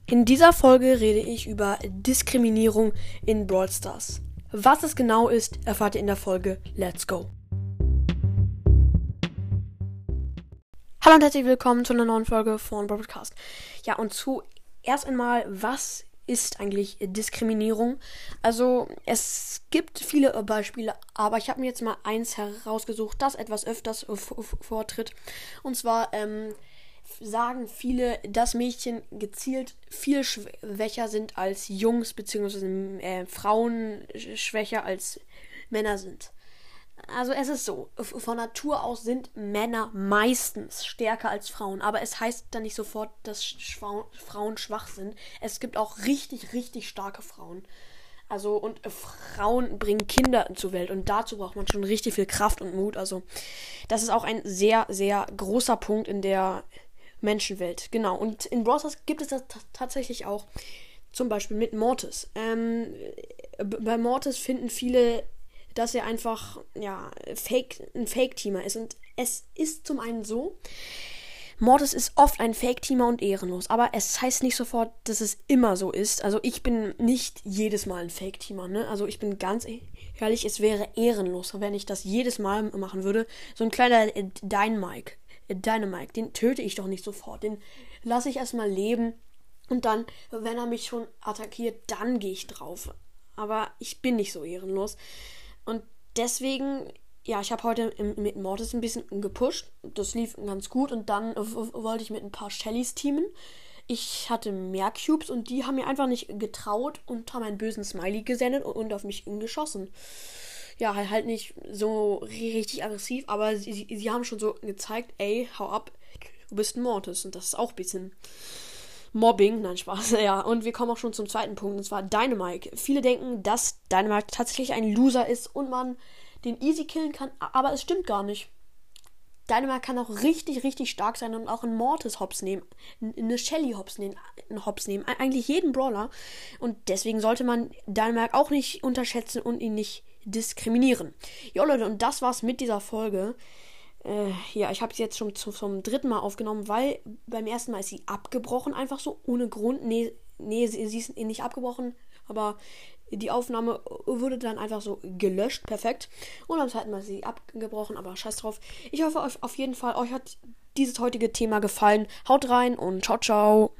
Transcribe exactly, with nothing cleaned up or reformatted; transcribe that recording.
In dieser Folge rede ich über Diskriminierung in Brawl Stars. Was es genau ist, erfahrt ihr in der Folge. Let's go! Hallo und herzlich willkommen zu einer neuen Folge von Brawl Podcast. Ja, und zuerst einmal, was ist eigentlich Diskriminierung? Also, es gibt viele Beispiele, aber ich habe mir jetzt mal eins herausgesucht, das etwas öfters f- f- vortritt. Und zwar, ähm, sagen viele, dass Mädchen gezielt viel schwächer sind als Jungs, beziehungsweise äh, Frauen schwächer als Männer sind. Also es ist so, von Natur aus sind Männer meistens stärker als Frauen, aber es heißt dann nicht sofort, dass Frauen schwach sind. Es gibt auch richtig, richtig starke Frauen. Also und Frauen bringen Kinder zur Welt und dazu braucht man schon richtig viel Kraft und Mut. Also das ist auch ein sehr, sehr großer Punkt in der Menschenwelt. Genau, und in Brawl Stars gibt es das t- tatsächlich auch, zum Beispiel mit Mortis. Ähm, b- bei Mortis finden viele, dass er einfach, ja, Fake, ein Fake-Teamer ist. Und es ist zum einen so, Mortis ist oft ein Fake-Teamer und ehrenlos, aber es heißt nicht sofort, dass es immer so ist. Also ich bin nicht jedes Mal ein Fake-Teamer, ne? Also ich bin ganz ehrlich, es wäre ehrenlos, wenn ich das jedes Mal machen würde. So ein kleiner äh, Dynamike, äh, Dynamike, den töte ich doch nicht sofort. Den lasse ich erstmal leben und dann, wenn er mich schon attackiert, dann gehe ich drauf. Aber ich bin nicht so ehrenlos. Und deswegen, ja, ich habe heute im, mit Mortis ein bisschen gepusht. Das lief ganz gut. Und dann w- w- wollte ich mit ein paar Shellys teamen. Ich hatte mehr Cubes und die haben mir einfach nicht getraut und haben einen bösen Smiley gesendet und, und auf mich geschossen. Ja, halt halt nicht so richtig aggressiv, aber sie, sie, sie haben schon so gezeigt, ey, hau ab, du bist ein Mortis. Und das ist auch ein bisschen Mobbing, nein, Spaß, ja. Und wir kommen auch schon zum zweiten Punkt, und zwar Dynamike. Viele denken, dass Dynamike tatsächlich ein Loser ist und man den easy killen kann, aber es stimmt gar nicht. Dynamike kann auch richtig, richtig stark sein und auch einen Mortis hops nehmen, eine Shelly hops nehmen, hops nehmen, eigentlich jeden Brawler. Und deswegen sollte man Dynamike auch nicht unterschätzen und ihn nicht diskriminieren. Jo Leute, und das war's mit dieser Folge. Äh, ja, ich habe sie jetzt schon zu, zum dritten Mal aufgenommen, weil beim ersten Mal ist sie abgebrochen, einfach so, ohne Grund. Nee, nee, sie, sie ist nicht abgebrochen, aber die Aufnahme wurde dann einfach so gelöscht, perfekt. Und beim zweiten Mal ist sie abgebrochen, aber scheiß drauf. Ich hoffe auf, auf jeden Fall, euch hat dieses heutige Thema gefallen. Haut rein und ciao, ciao.